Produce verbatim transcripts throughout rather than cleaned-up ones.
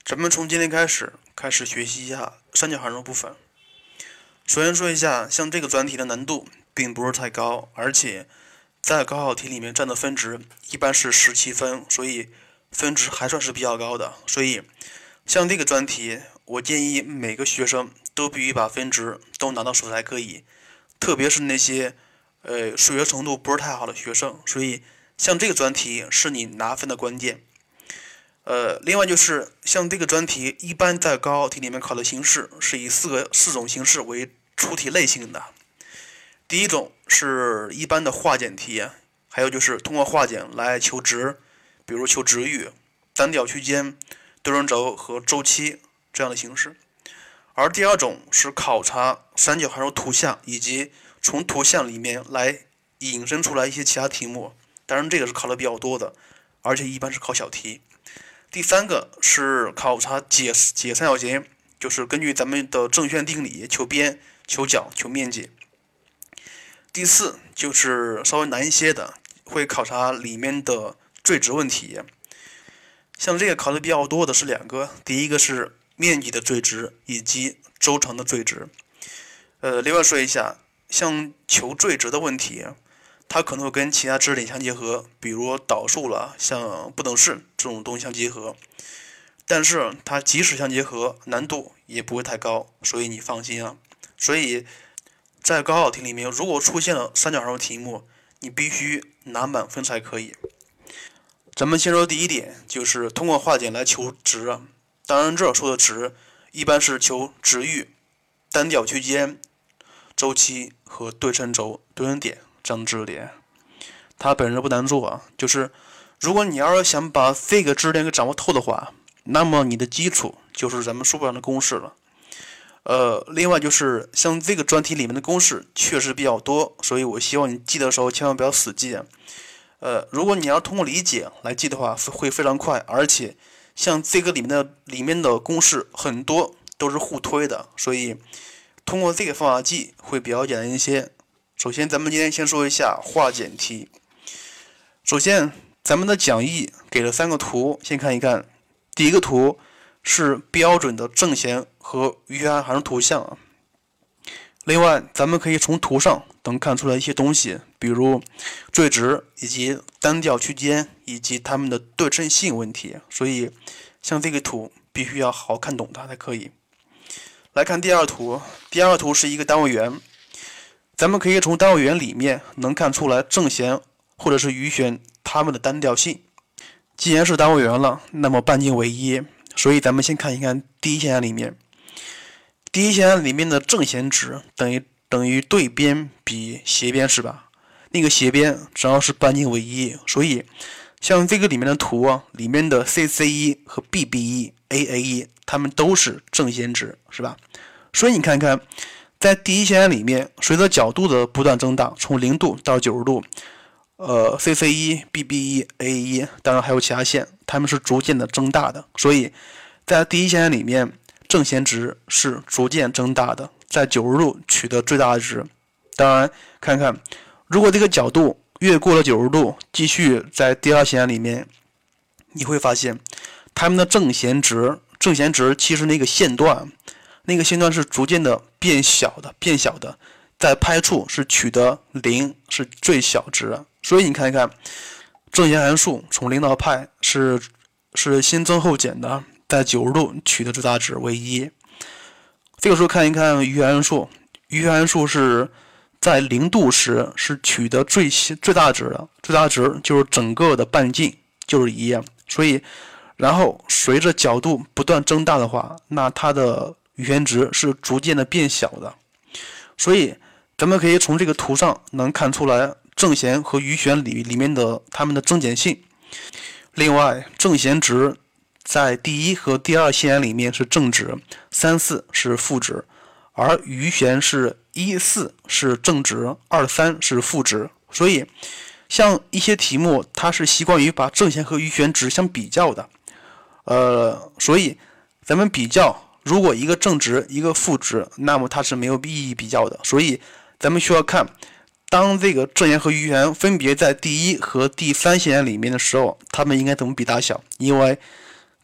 咱们从今天开始开始学习一下三角函数部分。首先说一下，像这个专题的难度并不是太高，而且在高考题里面占的分值一般是十七分，所以分值还算是比较高的。所以像这个专题，我建议每个学生都必须把分值都拿到手才可以，特别是那些呃数学程度不是太好的学生。所以像这个专题是你拿分的关键。呃，另外就是像这个专题，一般在高考题里面考的形式是以四个四种形式为出题类型的。第一种是一般的化简题，还有就是通过化简来求值，比如求值域、单调区间、对称轴和周期这样的形式。而第二种是考察三角函数图像，以及从图像里面来引申出来一些其他题目，当然这个是考的比较多的，而且一般是考小题。第三个是考察解解三角形，就是根据咱们的正弦定理求边、求角、求面积。第四就是稍微难一些的，会考察里面的最值问题。像这个考的比较多的是两个，第一个是面积的最值以及周长的最值。呃，另外说一下，像求最值的问题，它可能会跟其他知识点相结合，比如导数了，像不等式这种东西相结合。但是它即使相结合，难度也不会太高，所以你放心啊。所以在高考题里面，如果出现了三角函数题目，你必须拿满分才可以。咱们先说第一点，就是通过化简来求值。当然，这儿说的值一般是求值域、单调区间、周期和对称轴、对称点这样的知识点。它本身不难做啊，就是如果你要是想把这个知识点给掌握透的话，那么你的基础就是咱们书本上的公式了。呃，另外就是像这个专题里面的公式确实比较多，所以我希望你记的时候千万不要死记。呃，如果你要通过理解来记的话，会非常快，而且像这个里面的里面的公式很多都是互推的，所以通过这个方法记会比较简单一些。首先，咱们今天先说一下化简题。首先，咱们的讲义给了三个图，先看一看。第一个图是标准的正弦和余弦函数图像。另外，咱们可以从图上能看出来一些东西，比如最值以及单调区间以及它们的对称性问题。所以，像这个图必须要好好看懂它才可以。来看第二图，第二图是一个单位圆。咱们可以从单位圆里面能看出来正弦或者是余弦它们的单调性。既然是单位圆了，那么半径为一，所以咱们先看一看第一象限里面。第一象限里面的正弦值等于等于对边比斜边，是吧？那个斜边正好是半径为一，所以像这个里面的图啊，里面的 C C 一 和 B B 一、A A 一， 它们都是正弦值，是吧？所以你看看，在第一象限里面，随着角度的不断增大，从零度到九十度，呃 ，C C 一、B B 一、A A 一， 当然还有其他线，它们是逐渐的增大的。所以在第一象限里面，正弦值是逐渐增大的，在九十度取得最大值。当然，看看如果这个角度越过了九十度，继续在第二象限里面，你会发现它们的正弦值，正弦值其实那个线段，那个线段是逐渐的变小的，变小的，在拍处是取得零，是最小值。所以你看一看，正弦函数从零到派是是先增后减的，在九十度取得最大值为一。这个时候看一看余弦函数，余弦函数是在零度时是取得最最大值的，最大值就是整个的半径就是一。所以，然后随着角度不断增大的话，那它的余弦值是逐渐的变小的。所以，咱们可以从这个图上能看出来正弦和余弦里里面的它们的正减性。另外，正弦值在第一和第二象限里面是正值，三四是负值，而余弦是一四是正值，二三是负值。所以，像一些题目，它是习惯于把正弦和余弦值相比较的。呃，所以咱们比较，如果一个正值，一个负值，那么它是没有意义比较的。所以，咱们需要看。当这个正弦和余弦分别在第一和第三象限里面的时候，它们应该怎么比大小？因为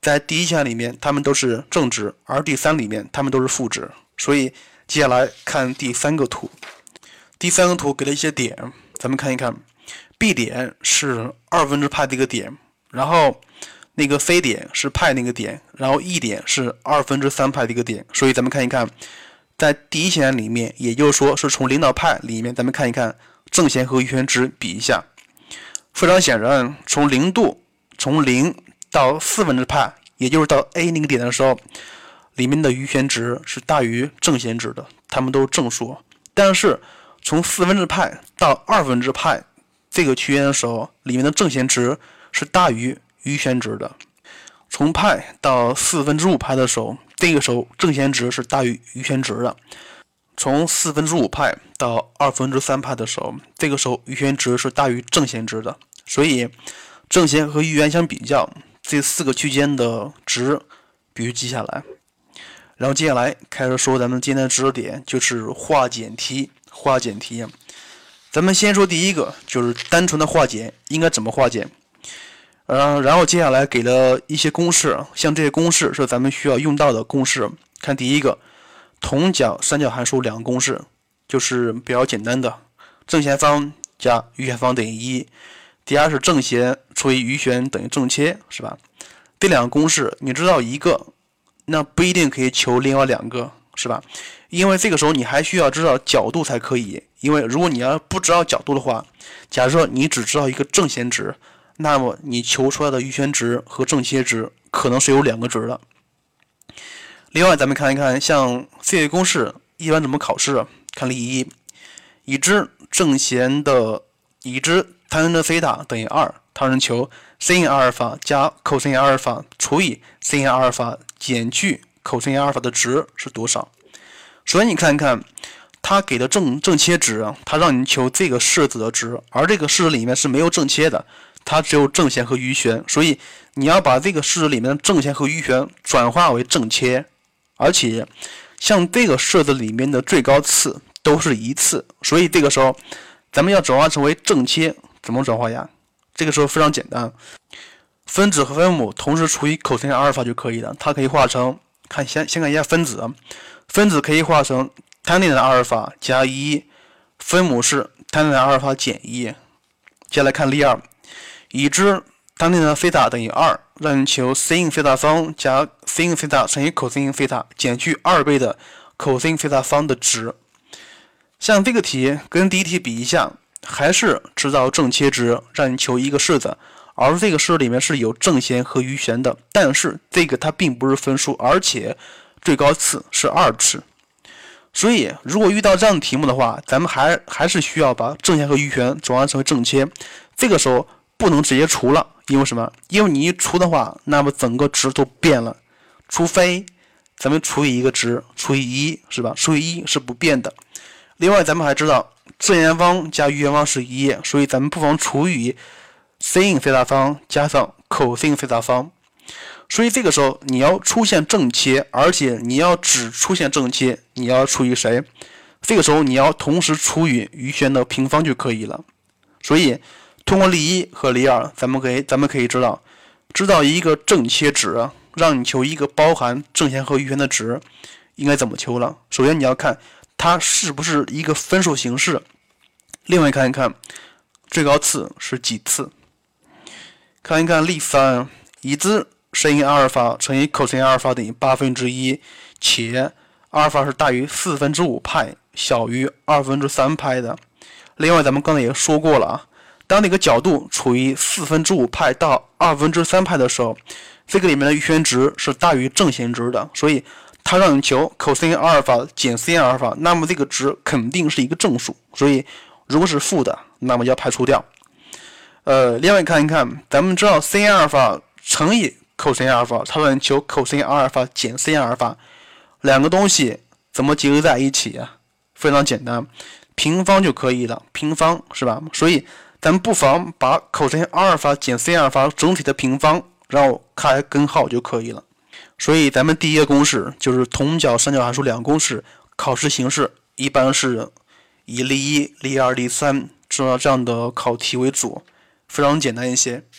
在第一象里面它们都是正值，而第三里面它们都是负值。所以接下来看第三个图，第三个图给了一些点，咱们看一看 ，B 点是二分之派的一个点，然后那个 C 点是派那个点，然后 E 点是二分之三派的一个点。所以咱们看一看，在第一象里面，也就是说是从零到派里面，咱们看一看正弦和余弦值比一下。非常显然，从零度从零到四分之派，也就是到 A 那个点的时候，里面的余弦值是大于正弦值的，它们都是正数。但是从四分之派到二分之派这个区间的时候，里面的正弦值是大于余弦值的。从派到四分之五派的时候，这个时候正弦值是大于余弦值的。从四分之五派到二分之三派的时候，这个时候余弦值是大于正弦值的。所以正弦和余弦相比较，这四个区间的值必须记下来。然后接下来开始说咱们今天的知识点，就是化简题。化简题，咱们先说第一个，就是单纯的化简应该怎么化简。呃，然后接下来给了一些公式，像这些公式是咱们需要用到的公式。看第一个，同角三角函数两个公式，就是比较简单的，正弦方加余弦方等于一。第二是正弦除以余弦等于正切，是吧？这两个公式你知道一个，那不一定可以求另外两个，是吧？因为这个时候你还需要知道角度才可以。因为如果你要不知道角度的话，假设你只知道一个正弦值，那么你求出来的余弦值和正切值可能是有两个值的。另外咱们看一看，像这类公式一般怎么考试？看例一，已知正弦的已知 tan 的西塔等于二，它让求 sin 阿尔法加 cos 阿尔法除以 sin 阿尔法减去 cos 阿尔法的值是多少？首先你看一看，它给的正正切值啊，它让你求这个式子的值，而这个式子里面是没有正切的，它只有正弦和余弦，所以你要把这个式子里面的正弦和余弦转化为正切，而且像这个式子里面的最高次都是一次，所以这个时候咱们要转化成为正切，怎么转化呀？这个时候非常简单，分子和分母同时除以 cos 阿尔法就可以了。它可以化成，看先先看一下分子，分子可以化成 tan 的阿尔法加一，分母是 tan 的阿尔法减一。接下来看例二，已知 tan 的西塔等于二，让你求 sin 西塔方加 sin 西塔乘以 cos 西塔减去二倍的 cos 西塔方的值。像这个题跟第一题比一下，还是知道正切值，让你求一个式子，而这个式里面是有正弦和余弦的，但是这个它并不是分数，而且最高次是二次。所以如果遇到这样的题目的话，咱们还还是需要把正弦和余弦转换成为正切。这个时候不能直接除了，因为什么？因为你一除的话，那么整个值都变了。除非咱们除以一个值，除以一，是吧？除以一是不变的。另外咱们还知道正弦方加余弦方是一，所以咱们不妨除以 sin 西塔方加上 cos 西塔方。所以这个时候你要出现正切，而且你要只出现正切，你要除以谁？这个时候你要同时除以余弦的平方就可以了。所以通过例一和例二，咱们可以咱们可以知道，知道一个正切值，让你求一个包含正弦和余弦的值，应该怎么求了？首先你要看它是不是一个分数形式，另外看一看最高次是几次。看一看例三，已知 sin 阿尔法乘以 cos 阿尔法等于八分之一，且阿尔法是大于四分之五派，小于二分之三派的。另外咱们刚才也说过了啊，当这个角度处于四分之五派到二分之三派的时候，这个里面的余弦值是大于正弦值的，所以它让你求 cos 阿尔法减 sin 阿尔法，那么这个值肯定是一个正数，所以如果是负的，那么要排除掉。呃，另外看一看，咱们知道 sin 阿尔法乘以 cos 阿尔法，它让你求 cos 阿尔法减 sin 阿尔法，两个东西怎么结合在一起啊？非常简单，平方就可以了，平方是吧？所以咱们不妨把 cos 阿尔法减 sin 阿尔法整体的平方，然后开根号就可以了。所以咱们第一个公式就是同角三角函数两个公式，考试形式一般是以例一、例二、例三这样的考题为主，非常简单一些。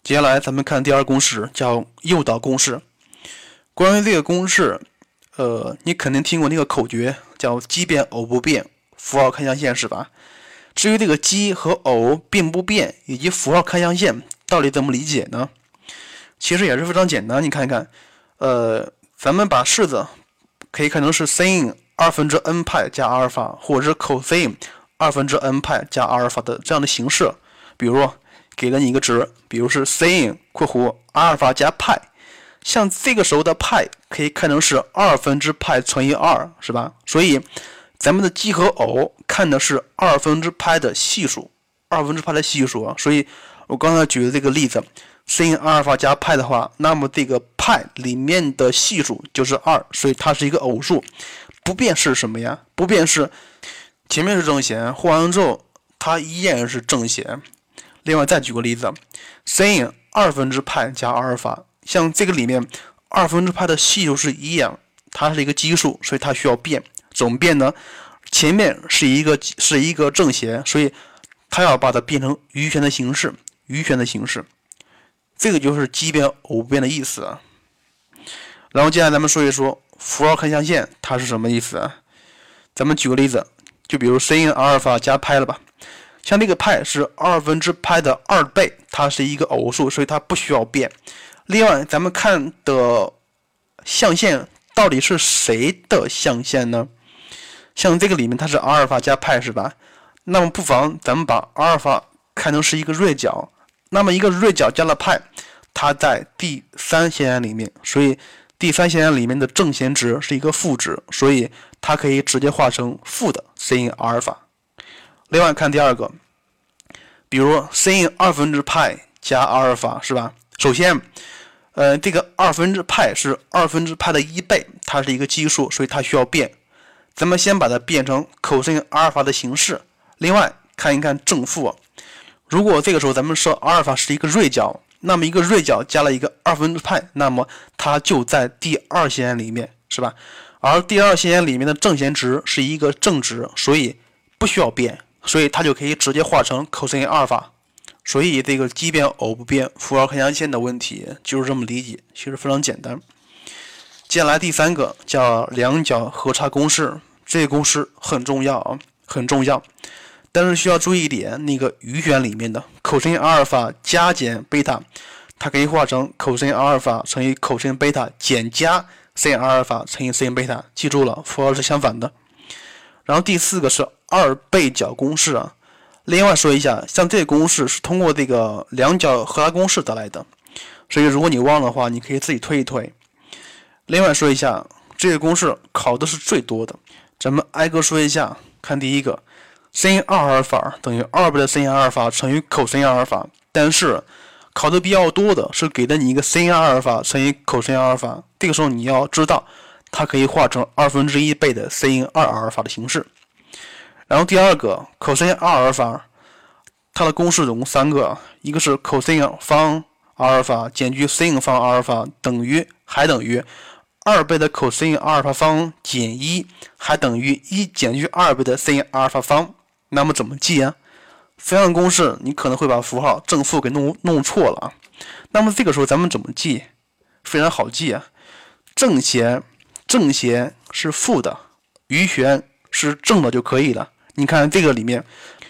接下来咱们看第二公式，叫诱导公式。关于这个公式，呃，你肯定听过那个口诀，叫奇变偶不变，符号看象限是吧？至于这个奇和偶变不变以及符号看象限到底怎么理解呢？其实也是非常简单，你看看，呃，咱们把式子可以看成是 sin 二分之 n 派加阿尔法，或者是 cos 二分之 n 派加阿尔法的这样的形式。比如给了你一个值，比如是 sin 括弧阿尔法加派，像这个时候的派可以看成是二分之派乘以二，是吧？所以咱们的奇和偶看的是二分之派的系数，二分之派的系数啊。所以我刚才举的这个例子 sin 阿尔法加派的话，那么这个派里面的系数就是二，所以它是一个偶数。不变是什么呀？不变是前面是正弦，换完之后它依然是正弦。另外再举个例子 sin 二分之派加阿尔法，像这个里面二分之派的系数是一样，它是一个奇数，所以它需要变。怎么变呢？前面是一个是一个正弦，所以它要把它变成余弦的形式，余弦的形式。这个就是奇变偶不变的意思啊。然后接下来咱们说一说符号看象限它是什么意思啊？咱们举个例子，就比如 sin 阿尔法加派了吧。像这个派是二分之派的二倍，它是一个偶数，所以它不需要变。另外，咱们看的象限到底是谁的象限呢？像这个里面它是阿尔法加派是吧？那么不妨咱们把阿尔法看成是一个锐角，那么一个锐角加了派，它在第三象限里面，所以第三象限里面的正弦值是一个负值，所以它可以直接化成负的 sin 阿尔法。另外看第二个，比如 sin 二分之派加阿尔法是吧？首先，呃，这个二分之派是二分之派的一倍，它是一个奇数，所以它需要变。咱们先把它变成 cos 阿尔法的形式。另外看一看正负，如果这个时候咱们说阿尔法是一个锐角，那么一个锐角加了一个二分之派，那么它就在第二象限里面，是吧？而第二象限里面的正弦值是一个正值，所以不需要变。所以它就可以直接化成 cos 阿尔法。所以这个奇变偶不变符号看象限的问题就是这么理解，其实非常简单。接下来第三个叫两角和差公式，这个公式很重要啊，很重要。但是需要注意一点，那个余弦里面的 cos 阿尔法加减贝塔，它可以化成 cos 阿尔法乘以 cos 贝塔减加 sin 阿尔法乘以 sin 贝塔，记住了，符号是相反的。然后第四个是二倍角公式啊。另外说一下，像这个公式是通过这个两角和差公式得来的，所以如果你忘了的话，你可以自己推一推。另外说一下，这个公式考的是最多的，咱们挨个说一下。看第一个 sin 二阿尔法等于二倍的 sin 阿尔法乘以 cos 阿尔法，但是考的比较多的是给了你一个 sin 阿尔法乘以 cos 阿尔法，这个时候你要知道它可以化成二分之一倍的 sin 二阿尔法的形式。然后第二个 cos 二阿尔法，它的公式总共三个，一个是 cos 方阿尔法减去 sin 方阿尔法等于还等于二倍的 cos 阿尔法方减一，还等于一减去二倍的 sin 阿尔法方。那么怎么记啊？三个公式你可能会把符号正负给弄弄错了啊。那么这个时候咱们怎么记？非常好记啊，正弦正弦是负的，余弦是正的就可以了。你看这个里面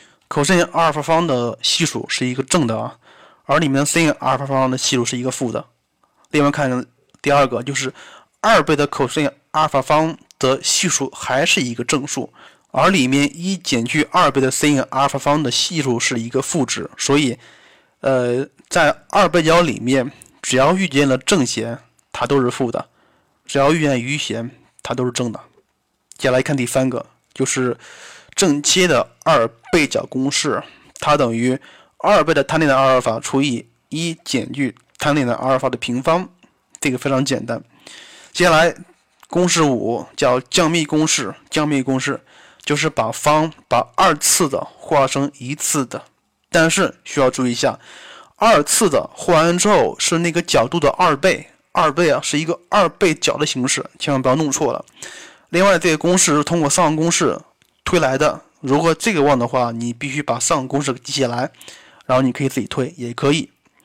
cos 阿尔法方的系数是一个正的啊，而里面的 sin 阿尔法方的系数是一个负的。另外看第二个，就是二倍的 cos 阿尔法方的系数还是一个正数，而里面一减去二倍的 sin 阿尔法方的系数是一个负值，所以呃，在二倍角里面，只要遇见了正弦，它都是负的；只要遇见余弦，它都是正的。接下来看第三个，就是正切的二倍角公式，它等于二倍的 tan 的阿尔法除以一减去 tan 的阿尔法的平方，这个非常简单。接下来公式五叫降幂公式，降幂公式就是把方把二次的化成一次的，但是需要注意一下，二次的化完之后是那个角度的二倍，二倍啊是一个二倍角的形式，千万不要弄错了。另外这个公式是通过上行公式推来的，如果这个忘的话，你必须把上行公式记下来，然后你可以自己推也可以。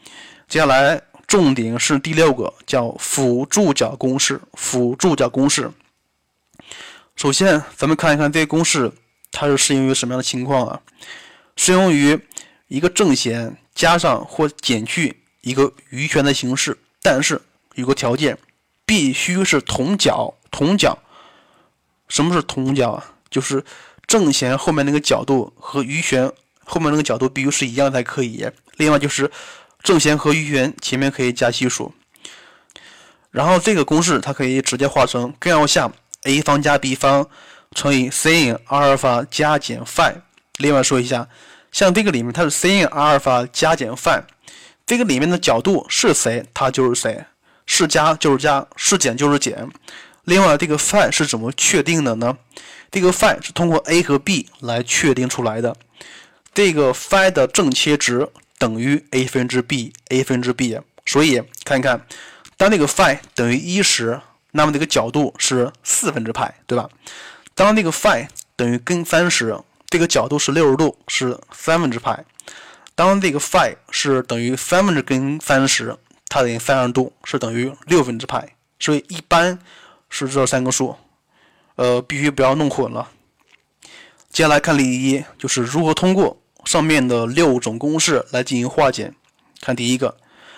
接下来重点是第六个，叫辅助角公式。辅助角公式，首先咱们看一看这个公式，它是适用于什么样的情况啊？适用于一个正弦加上或减去一个余弦的形式，但是有个条件，必须是同角。同角，什么是同角啊？就是正弦后面那个角度和余弦后面那个角度必须是一样才可以。另外就是正弦和余弦前面可以加系数。然后这个公式它可以直接化成根号下 a 方加 b 方乘以 sin 阿尔法加减 phi。另外说一下，像这个里面它是 sin 阿尔法加减 phi， 这个里面的角度是谁，它就是谁，是加就是加，是减就是减。另外这个 phi 是怎么确定的呢？这个 phi 是通过 a 和 b 来确定出来的。这个 phi 的正切值等于 a 分之 b，a 分之 b， 所以看一看，当这个 phi 等于一时，那么这个角度是四分之派，对吧？当这个 phi 等于根三时，这个角度是六十度，是三分之派。当这个 phi 是等于三分之根三时，它等于三十度，是等于六分之派。所以一般是这三个数，呃，必须不要弄混了。接下来看例一，就是如何通过上面的六种公式来进行化简。看第一个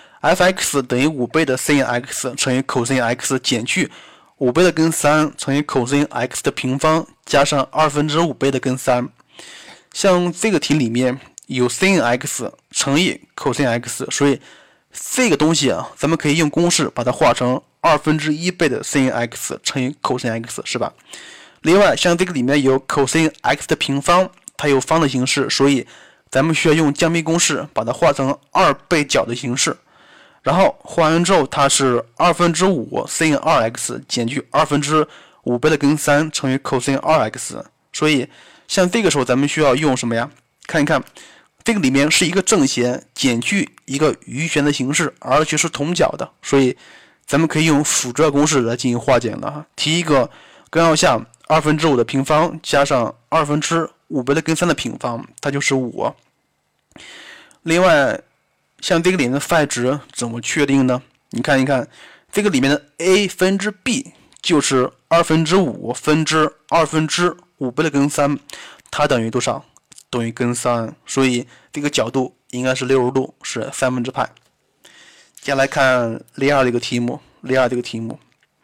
，f(x) 等于五倍的 sin x 乘以 cos x 减去五倍的根三乘以 cos x 的平方加上二分之五倍的根三。像这个题里面有 sin x 乘以 cos x， 所以这个东西啊，咱们可以用公式把它化成二分之一倍的 sin x 乘以 cos x， 是吧？另外，像这个里面有 cos x 的平方，它有方的形式，所以咱们需要用降幂公式把它化成二倍角的形式。然后化完之后，它是二分之五 sin 二 x 减去二分之五倍的根三乘以 cos 二 x。所以像这个时候，咱们需要用什么呀？看一看。这个里面是一个正弦减去一个余弦的形式，而且是同角的，所以咱们可以用辅助公式来进行化简了。提一个根号下二分之五的平方加上二分之五倍的根三的平方，它就是五。另外，像这个里面的 phi 值怎么确定呢？你看一看，这个里面的 a 分之 b 就是二分之五分之二分之五倍的根三，它等于多少？等于根三，所以这个角度应该是六十度，是三分之派。接下来看例二这个题目，例二这个题目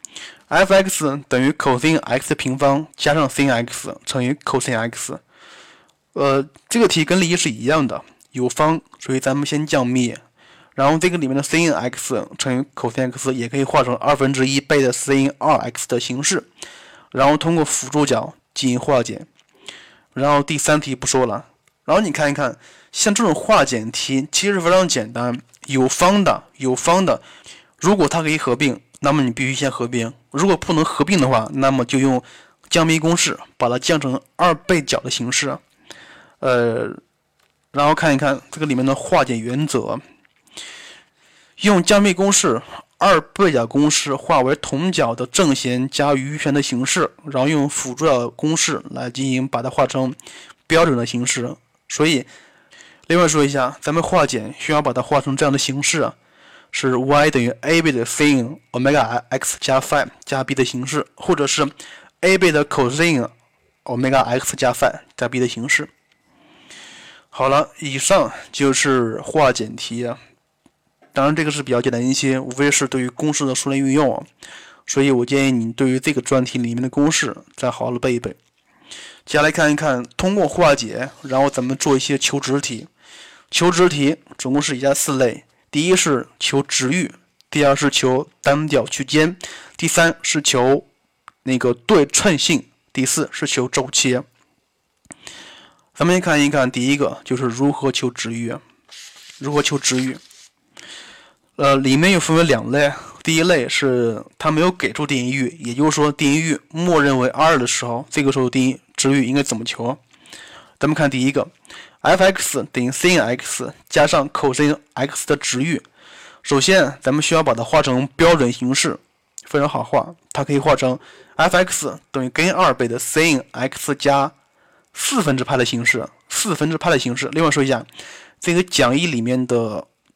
，f(x) 等于 cos x 平方加上 sin x 乘以 cos x。呃，这个题跟例一是一样的，有方，所以咱们先降幂，然后这个里面的 sin x 乘以 cos x 也可以化成二分之一倍的 sin 二 x 的形式，然后通过辅助角进行化简。然后第三题不说了，然后你看一看，像这种化简题其实非常简单，有方的有方的，如果它可以合并，那么你必须先合并；如果不能合并的话，那么就用降幂公式把它降成二倍角的形式。呃，然后看一看这个里面的化简原则，用降幂公式。二倍角公式化为同角的正弦加余弦的形式，然后用辅助角公式来进行把它化成标准的形式。所以，另外说一下，咱们化简需要把它化成这样的形式，是 y 等于 a 倍的 sin omega x 加 phi 加 b 的形式，或者是 a 倍的 cos omega x 加 phi 加 b 的形式。好了，以上就是化简题啊。当然，这个是比较简单一些，无非是对于公式的熟练运用，所以我建议你对于这个专题里面的公式再好好的背一背。接下来看一看，通过化解，然后咱们做一些求值题。求值题总共是以下四类：第一是求值域，第二是求单角区间，第三是求那个对称性，第四是求周切。咱们先看一看第一个，就是如何求值域。如何求值域？呃，里面又分为两类，第一类是它没有给出定义域，也就是说定义域默认为 二 的时候，这个时候定义值域应该怎么求？咱们看第一个 ，f(x) 等于 sin x 加上 cos x 的值域。首先，咱们需要把它化成标准形式，非常好画，它可以化成 f(x) 等于根二倍的 sin x 加四分之派的形式，四分之派的形式。另外说一下，这个讲义里面的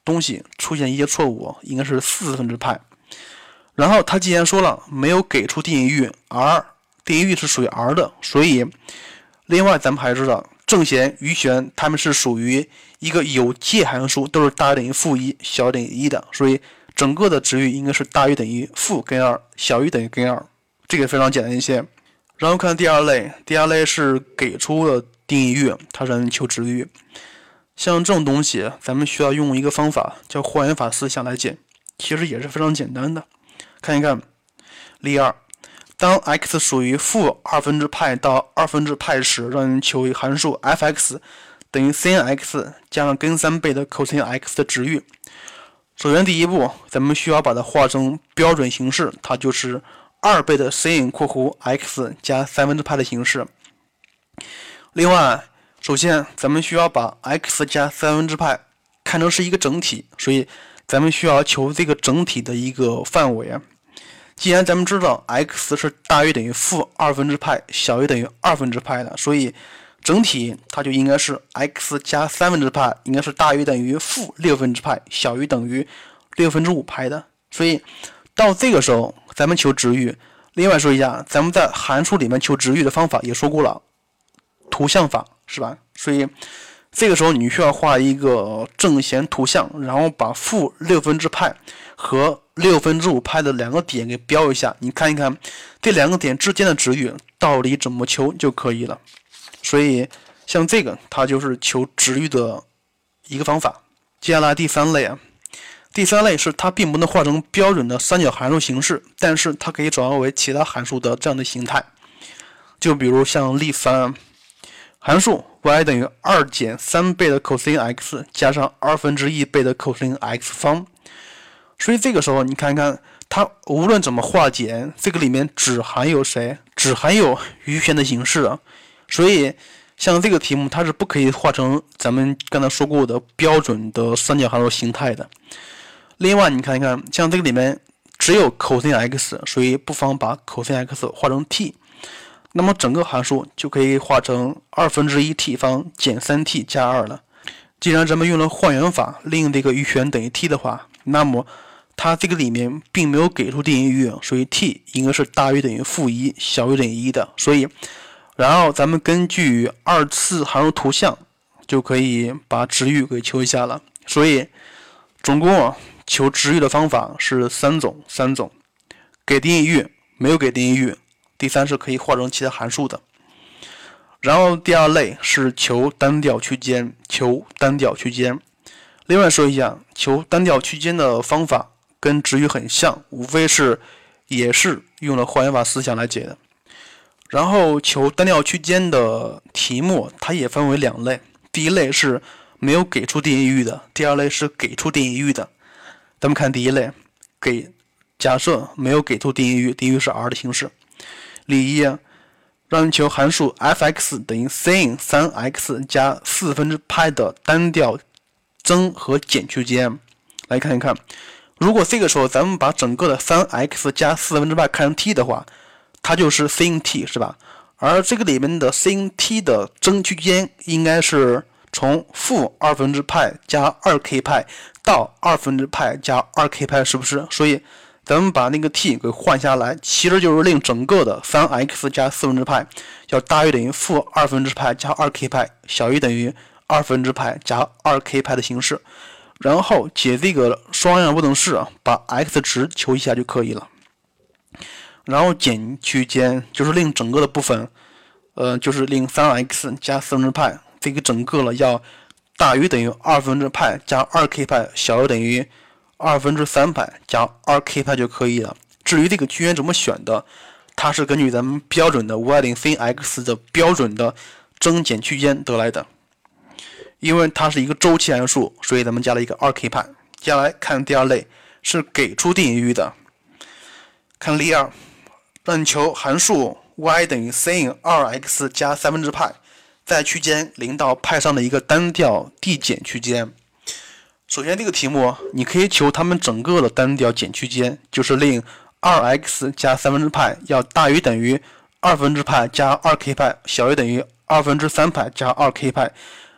东西出现一些错误，应该是四分之派。然后他既然说了没有给出定义域 r， 定义域是属于 r 的，所以另外咱们还知道正弦、余弦它们是属于一个有界函数，都是大于等于负一，小于等于一的，所以整个的值域应该是大于等于负根二，小于等于根二，这个非常简单一些。然后看第二类，第二类是给出的定义域，它让人求值域。像这种东西，咱们需要用一个方法叫还原法思想来解，其实也是非常简单的。看一看例二，当 x 属于负二分之派到二分之派时，让人求一函数 f(x) 等于 sin(x) 加上根三倍的 cos(x) 的值域。首先第一步，咱们需要把它化成标准形式，它就是二倍的 sin 括弧 x 加三分之派的形式。另外，首先咱们需要把 x 加三分之派看成是一个整体，所以咱们需要求这个整体的一个范围。既然咱们知道 x 是大于等于负二分之派，小于等于二分之派的，所以整体它就应该是 x 加三分之派应该是大于等于负六分之派，小于等于六分之五派的。所以到这个时候咱们求值域。另外说一下，咱们在函数里面求值域的方法也说过了，图像法是吧？所以这个时候你需要画一个正弦图像，然后把负六分之派和六分之五派的两个点给标一下，你看一看这两个点之间的值域到底怎么求就可以了。所以像这个它就是求值域的一个方法。接下来第三类啊，第三类是它并不能化成标准的三角函数形式，但是它可以转化为其他函数的这样的形态。就比如像例三，函数 y 等于二减三倍的 cos(x) 加上二分之一倍的 cos(x) 方。所以这个时候你看看它无论怎么化简，这个里面只含有谁？只含有余弦的形式啊。所以像这个题目它是不可以化成咱们刚才说过的标准的三角函数形态的。另外你看一看，像这个里面只有 cos(x), 所以不妨把 cos(x) 化成 t， 那么整个函数就可以化成二分之一 t 方减三 t 加二了。既然咱们用了还原法令这个余弦等于 t 的话，那么它这个里面并没有给出定义域，所以 t 应该是大于等于负一，小于等于一的。所以然后咱们根据二次函数图像就可以把值域给求一下了。所以总共求值域的方法是三种，三种给定义域，没有给定义域，第三是可以化成其他函数的。然后第二类是求单调区间，求单调区间。另外说一下，求单调区间的方法跟值域很像，无非是也是用了还原法思想来解的。然后求单调区间的题目它也分为两类，第一类是没有给出定义域的，第二类是给出定义域的。咱们看第一类，给假设没有给出定义域，定义域是 r 的形式。例一，让人求函数 f(x) 等于 sin 三 x 加四分之派的单调增和减区间。来看一看，如果这个时候咱们把整个的 三 x 加四分之派看成 t 的话，它就是 sin t 是吧？而这个里面的 sin t 的增区间应该是从负二分之派加二 k 派到二分之派加二 k 派，是不是？所以咱们把那个 t 给换下来，其实就是令整个的 三 x 加四分之派要大于等于负二分之派加二 k 派，小于等于二分之派加二 k 派的形式。然后解这个双样不等式啊，把 x 值求一下就可以了。然后减区间就是令整个的部分，呃，就是令 三 x 加四分之派这个整个了要大于等于二分之派加二 k 派，小于等于二分之三派加二 k 派就可以了。至于这个区间怎么选的，它是根据咱们标准的 y 等于 sin x 的标准的增减区间得来的。因为它是一个周期函数，所以咱们加了一个二 k 派。接下来看第二类，是给出定义域的。看例二，让你求函数 y 等于 sin 二 x 加三分之派，在区间零到派上的一个单调递减区间。首先这个题目你可以求它们整个的单调减区间，就是令 二 x 加三分之派要大于等于二分之派加二 k 派，小于等于二分之三派加二 k 派。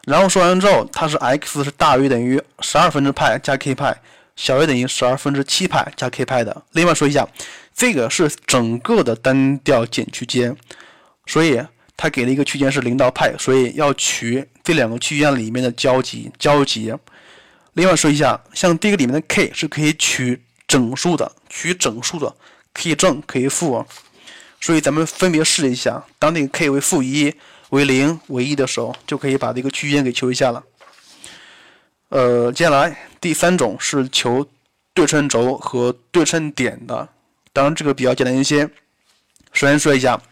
然后说完之后，它是 x 是大于等于十二分之派加 k 派，小于等于十二分之七派加 k 派的。另外说一下，这个是整个的单调减区间，所以它给了一个区间是零到派，所以要取这两个区间里面的交集交集。另外说一下，像这个里面的 k 是可以取整数的，取整数的可以正可以负，所以咱们分别试一下，当这个 k 为负一、为零、为一的时候，就可以把这个区间给求一下了。呃，接下来第三种是求对称轴和对称点的，当然这个比较简单一些。首先说一下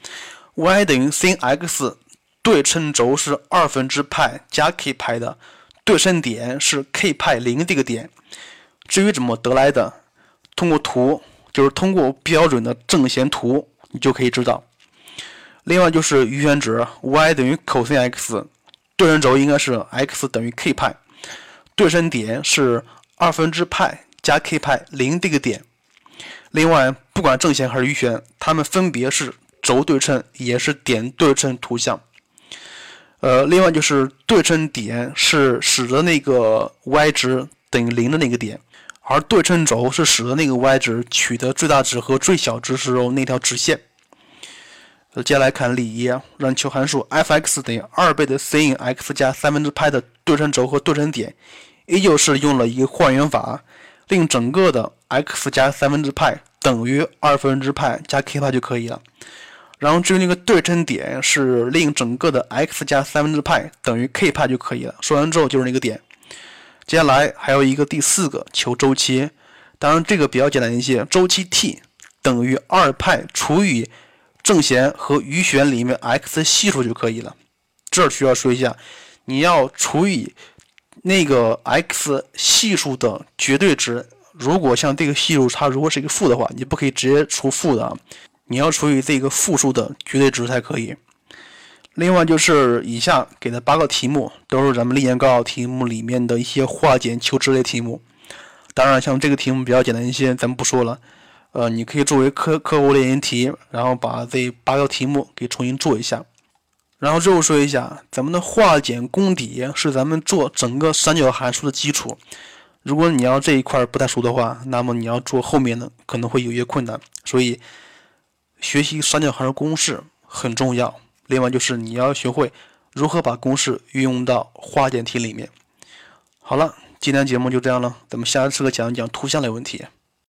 y 等于 sin x， 对称轴是二分之派加 k 派的，对称点是 k 派零这个点。至于怎么得来的，通过图，就是通过标准的正弦图，你就可以知道。另外就是余弦值 y 等于 cos x， 对称轴应该是 x 等于 k 派，对称点是二分之派加 k 派零这个点。另外，不管正弦还是余弦，它们分别是轴对称，也是点对称图像。呃，另外就是对称点是使得那个 y 值等于零的那个点，而对称轴是使得那个 y 值取得最大值和最小值时候那条直线。接下来看例一，让求函数 f(x) 等于二倍的 sin x 加三分之派的对称轴和对称点，依旧是用了一个还原法，令整个的 x 加三分之派等于二分之派加 k 派就可以了。然后至于那个对称点是令整个的 x 加三分之派等于 k 派就可以了。说完之后就是那个点。接下来还有一个第四个求周期，当然这个比较简单一些，周期 t 等于二派除以正弦和余弦里面 x 的系数就可以了。这儿需要说一下，你要除以那个 x 系数的绝对值，如果像这个系数它如果是一个负的话，你不可以直接除负的啊，你要除以这个负数的绝对值才可以。另外就是以下给的八个题目都是咱们历年高考题目里面的一些化简求值类题目，当然像这个题目比较简单一些，咱们不说了。呃，你可以作为课课后练习题，然后把这八个题目给重新做一下。然后最后说一下，咱们的化简功底是咱们做整个三角函数的基础。如果你要这一块不太熟的话，那么你要做后面的可能会有一些困难。所以学习三角函数公式很重要。另外就是你要学会如何把公式运用到化简题里面。好了，今天节目就这样了，咱们下次课讲一讲图像类问题。